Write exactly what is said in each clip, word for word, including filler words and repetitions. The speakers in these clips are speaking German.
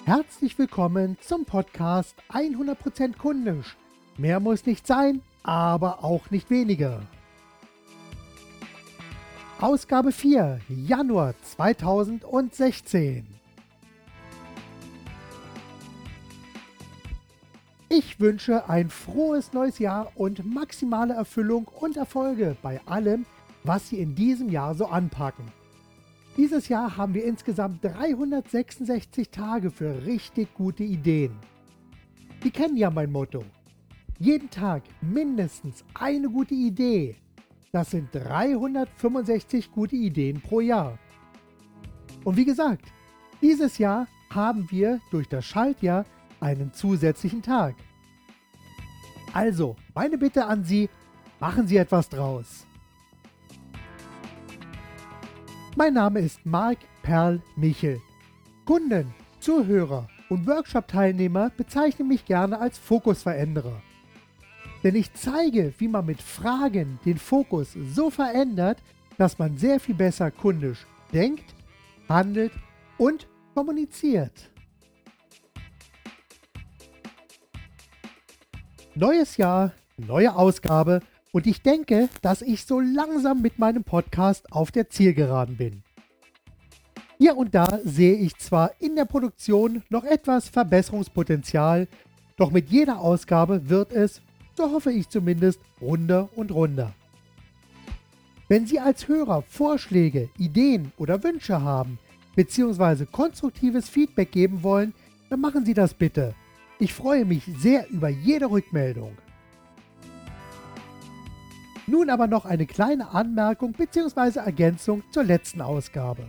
Herzlich willkommen zum Podcast hundert Prozent kundisch. Mehr muss nicht sein, aber auch nicht weniger. Ausgabe vier, Januar zweitausendsechzehn. Ich wünsche ein frohes neues Jahr und maximale Erfüllung und Erfolge bei allem, was Sie in diesem Jahr so anpacken. Dieses Jahr haben wir insgesamt dreihundertsechsundsechzig Tage für richtig gute Ideen. Sie kennen ja mein Motto. Jeden Tag mindestens eine gute Idee. Das sind dreihundertfünfundsechzig gute Ideen pro Jahr. Und wie gesagt, dieses Jahr haben wir durch das Schaltjahr einen zusätzlichen Tag. Also, meine Bitte an Sie, machen Sie etwas draus. Mein Name ist Marc Perl Michel. Kunden, Zuhörer und Workshop-Teilnehmer bezeichnen mich gerne als Fokusveränderer. Denn ich zeige, wie man mit Fragen den Fokus so verändert, dass man sehr viel besser kundisch denkt, handelt und kommuniziert. Neues Jahr, neue Ausgabe. Und ich denke, dass ich so langsam mit meinem Podcast auf der Zielgeraden bin. Hier und da sehe ich zwar in der Produktion noch etwas Verbesserungspotenzial, doch mit jeder Ausgabe wird es, so hoffe ich zumindest, runder und runder. Wenn Sie als Hörer Vorschläge, Ideen oder Wünsche haben, beziehungsweise konstruktives Feedback geben wollen, dann machen Sie das bitte. Ich freue mich sehr über jede Rückmeldung. Nun aber noch eine kleine Anmerkung bzw. Ergänzung zur letzten Ausgabe.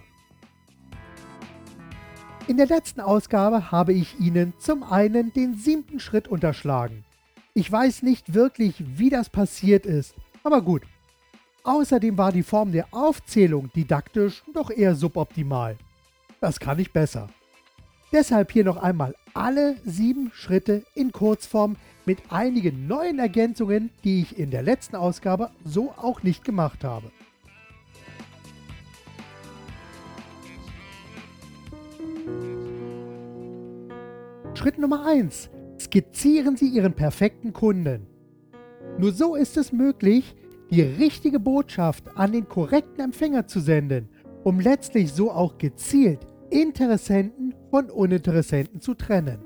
In der letzten Ausgabe habe ich Ihnen zum einen den siebten Schritt unterschlagen. Ich weiß nicht wirklich, wie das passiert ist, aber gut. Außerdem war die Form der Aufzählung didaktisch doch eher suboptimal. Das kann ich besser. Deshalb hier noch einmal alle sieben Schritte in Kurzform mit einigen neuen Ergänzungen, die ich in der letzten Ausgabe so auch nicht gemacht habe. Schritt Nummer eins. Skizzieren Sie Ihren perfekten Kunden. Nur so ist es möglich, die richtige Botschaft an den korrekten Empfänger zu senden, um letztlich so auch gezielt Interessenten von Uninteressenten zu trennen.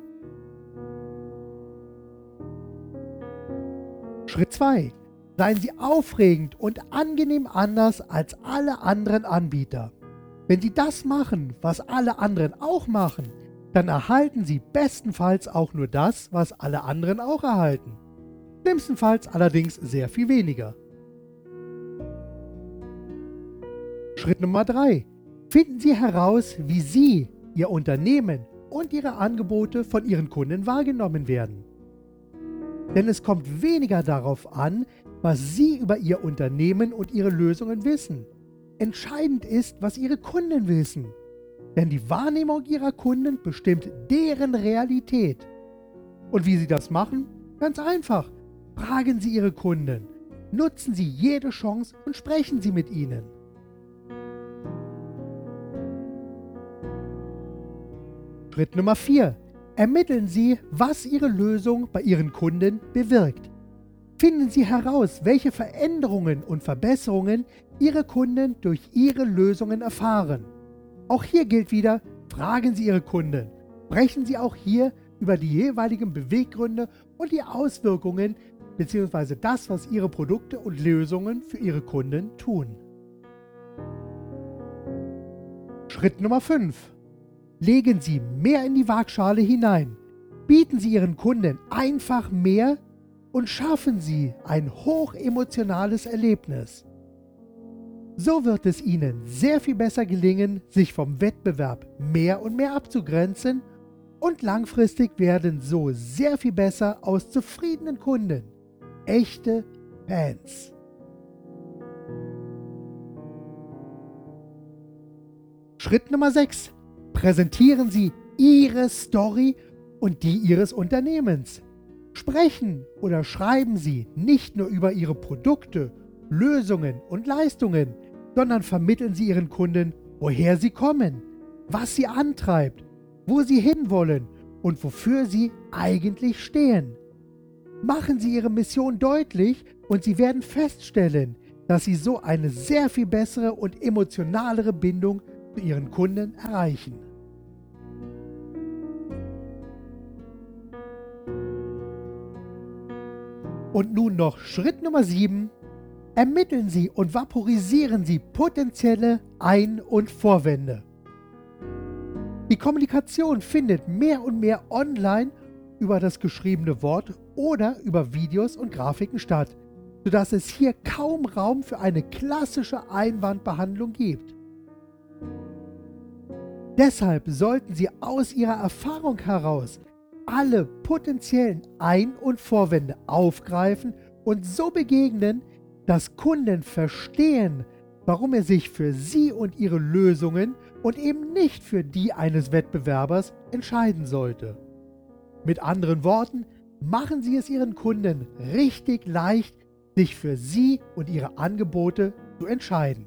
Schritt zwei. Seien Sie aufregend und angenehm anders als alle anderen Anbieter. Wenn Sie das machen, was alle anderen auch machen, dann erhalten Sie bestenfalls auch nur das, was alle anderen auch erhalten. Schlimmstenfalls allerdings sehr viel weniger. Schritt Nummer drei. Finden Sie heraus, wie Sie, Ihr Unternehmen und Ihre Angebote von Ihren Kunden wahrgenommen werden. Denn es kommt weniger darauf an, was Sie über Ihr Unternehmen und Ihre Lösungen wissen. Entscheidend ist, was Ihre Kunden wissen. Denn die Wahrnehmung Ihrer Kunden bestimmt deren Realität. Und wie Sie das machen? Ganz einfach. Fragen Sie Ihre Kunden. Nutzen Sie jede Chance und sprechen Sie mit ihnen. Schritt Nummer vier. Ermitteln Sie, was Ihre Lösung bei Ihren Kunden bewirkt. Finden Sie heraus, welche Veränderungen und Verbesserungen Ihre Kunden durch Ihre Lösungen erfahren. Auch hier gilt wieder, fragen Sie Ihre Kunden. Sprechen Sie auch hier über die jeweiligen Beweggründe und die Auswirkungen bzw. das, was Ihre Produkte und Lösungen für Ihre Kunden tun. Schritt Nummer fünf. Legen Sie mehr in die Waagschale hinein. Bieten Sie Ihren Kunden einfach mehr und schaffen Sie ein hochemotionales Erlebnis. So wird es Ihnen sehr viel besser gelingen, sich vom Wettbewerb mehr und mehr abzugrenzen und langfristig werden so sehr viel besser aus zufriedenen Kunden echte Fans. Schritt Nummer sechs. Präsentieren Sie Ihre Story und die Ihres Unternehmens. Sprechen oder schreiben Sie nicht nur über Ihre Produkte, Lösungen und Leistungen, sondern vermitteln Sie Ihren Kunden, woher sie kommen, was sie antreibt wo Sie hinwollen und wofür Sie eigentlich stehen. Machen Sie Ihre Mission deutlich und Sie werden feststellen, dass Sie so eine sehr viel bessere und emotionalere Bindung zu Ihren Kunden erreichen. Und nun noch Schritt Nummer sieben. Ermitteln Sie und vaporisieren Sie potenzielle Ein- und Vorwände. Die Kommunikation findet mehr und mehr online über das geschriebene Wort oder über Videos und Grafiken statt, sodass es hier kaum Raum für eine klassische Einwandbehandlung gibt. Deshalb sollten Sie aus Ihrer Erfahrung heraus alle potenziellen Ein- und Vorwände aufgreifen und so begegnen, dass Kunden verstehen, warum er sich für Sie und Ihre Lösungen und eben nicht für die eines Wettbewerbers entscheiden sollte. Mit anderen Worten, machen Sie es Ihren Kunden richtig leicht, sich für Sie und Ihre Angebote zu entscheiden.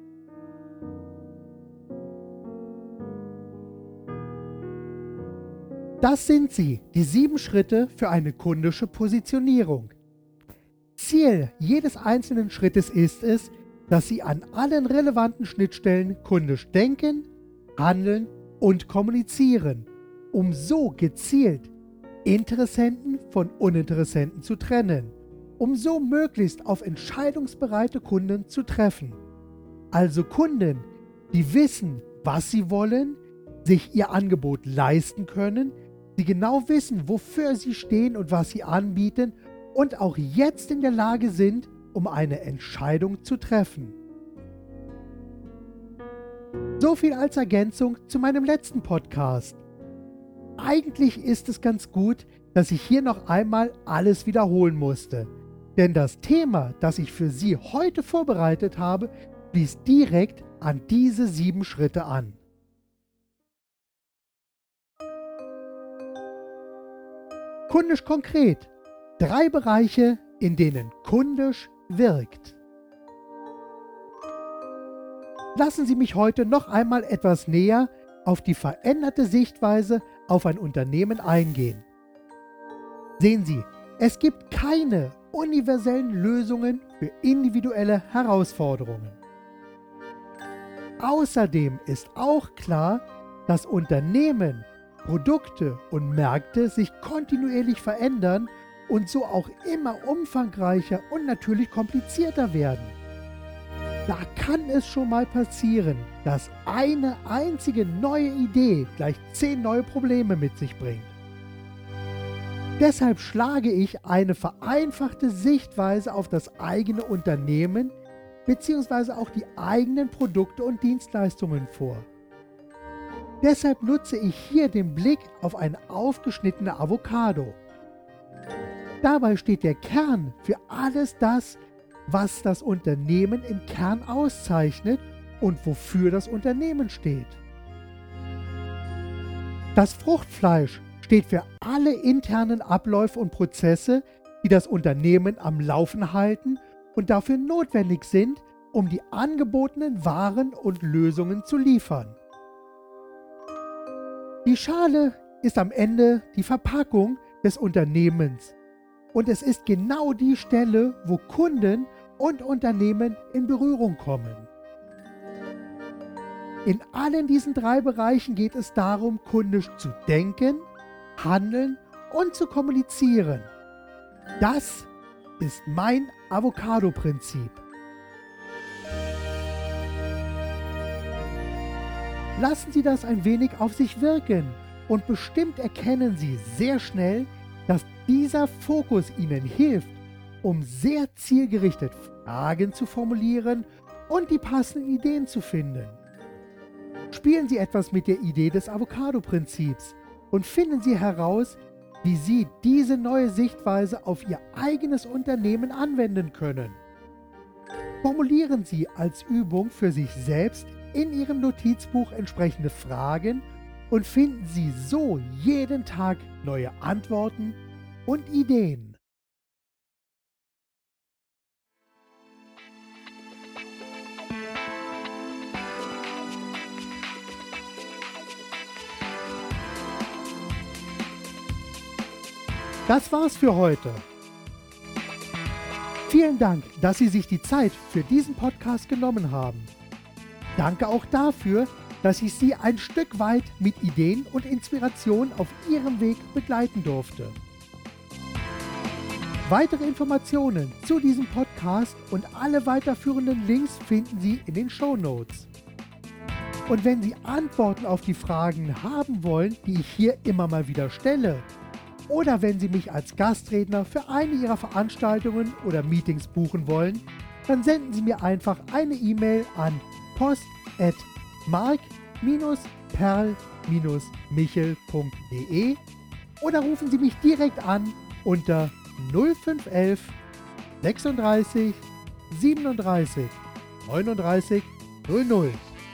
Das sind sie, die sieben Schritte für eine kundische Positionierung. Ziel jedes einzelnen Schrittes ist es, dass Sie an allen relevanten Schnittstellen kundisch denken, handeln und kommunizieren, um so gezielt Interessenten von Uninteressenten zu trennen, um so möglichst auf entscheidungsbereite Kunden zu treffen. Also Kunden, die wissen, was sie wollen, sich ihr Angebot leisten können, die genau wissen, wofür sie stehen und was sie anbieten und auch jetzt in der Lage sind, um eine Entscheidung zu treffen. So viel als Ergänzung zu meinem letzten Podcast. Eigentlich ist es ganz gut, dass ich hier noch einmal alles wiederholen musste, denn das Thema, das ich für Sie heute vorbereitet habe, schließt direkt an diese sieben Schritte an. Kundisch konkret. Drei Bereiche, in denen kundisch wirkt. Lassen Sie mich heute noch einmal etwas näher auf die veränderte Sichtweise auf ein Unternehmen eingehen. Sehen Sie, es gibt keine universellen Lösungen für individuelle Herausforderungen. Außerdem ist auch klar, dass Unternehmen, Produkte und Märkte sich kontinuierlich verändern und so auch immer umfangreicher und natürlich komplizierter werden. Da kann es schon mal passieren, dass eine einzige neue Idee gleich zehn neue Probleme mit sich bringt. Deshalb schlage ich eine vereinfachte Sichtweise auf das eigene Unternehmen bzw. auch die eigenen Produkte und Dienstleistungen vor. Deshalb nutze ich hier den Blick auf eine aufgeschnittene Avocado. Dabei steht der Kern für alles das, was das Unternehmen im Kern auszeichnet und wofür das Unternehmen steht. Das Fruchtfleisch steht für alle internen Abläufe und Prozesse, die das Unternehmen am Laufen halten und dafür notwendig sind, um die angebotenen Waren und Lösungen zu liefern. Die Schale ist am Ende die Verpackung des Unternehmens und es ist genau die Stelle, wo Kunden und Unternehmen in Berührung kommen. In allen diesen drei Bereichen geht es darum, kundisch zu denken, handeln und zu kommunizieren. Das ist mein Avocado-Prinzip. Lassen Sie das ein wenig auf sich wirken und bestimmt erkennen Sie sehr schnell, dass dieser Fokus Ihnen hilft, um sehr zielgerichtet Fragen zu formulieren und die passenden Ideen zu finden. Spielen Sie etwas mit der Idee des Avocado-Prinzips und finden Sie heraus, wie Sie diese neue Sichtweise auf Ihr eigenes Unternehmen anwenden können. Formulieren Sie als Übung für sich selbst in Ihrem Notizbuch entsprechende Fragen und finden Sie so jeden Tag neue Antworten und Ideen. Das war's für heute. Vielen Dank, dass Sie sich die Zeit für diesen Podcast genommen haben. Danke auch dafür, dass ich Sie ein Stück weit mit Ideen und Inspiration auf Ihrem Weg begleiten durfte. Weitere Informationen zu diesem Podcast und alle weiterführenden Links finden Sie in den Shownotes. Und wenn Sie Antworten auf die Fragen haben wollen, die ich hier immer mal wieder stelle, oder wenn Sie mich als Gastredner für eine Ihrer Veranstaltungen oder Meetings buchen wollen, dann senden Sie mir einfach eine E-Mail an post at mark perl michel punkt de oder rufen Sie mich direkt an unter null fünf eins eins sechsunddreißig siebenunddreißig neununddreißig null null.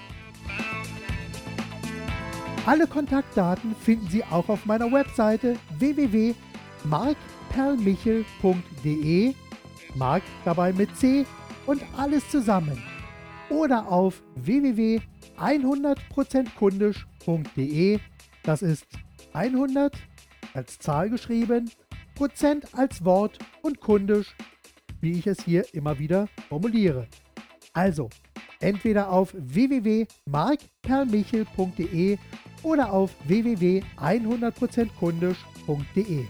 Alle Kontaktdaten finden Sie auch auf meiner Webseite w w w punkt mark perl michel punkt de, Mark dabei mit C und alles zusammen, oder auf w w w punkt hundert prozent kundisch punkt de, das ist hundert als Zahl geschrieben, Prozent als Wort und kundisch, wie ich es hier immer wieder formuliere. Also, entweder auf w w w punkt mark perl michel punkt de oder auf w w w punkt hundert prozent kundisch punkt de.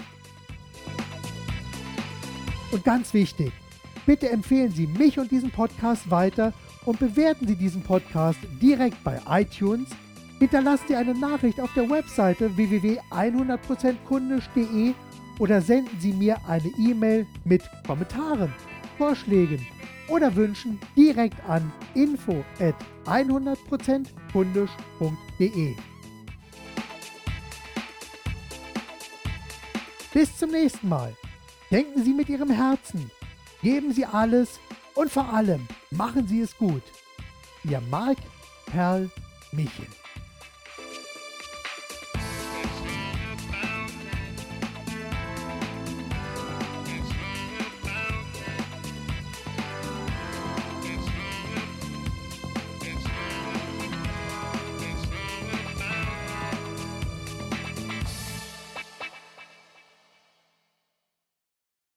Und ganz wichtig, bitte empfehlen Sie mich und diesen Podcast weiter und bewerten Sie diesen Podcast direkt bei iTunes. Hinterlassen Sie eine Nachricht auf der Webseite w w w punkt hundert prozent kundisch punkt de oder senden Sie mir eine E-Mail mit Kommentaren, Vorschlägen oder Wünschen direkt an info at hundert prozent kundisch punkt de. Bis zum nächsten Mal. Denken Sie mit Ihrem Herzen, geben Sie alles und vor allem machen Sie es gut. Ihr Mark Perl Michel.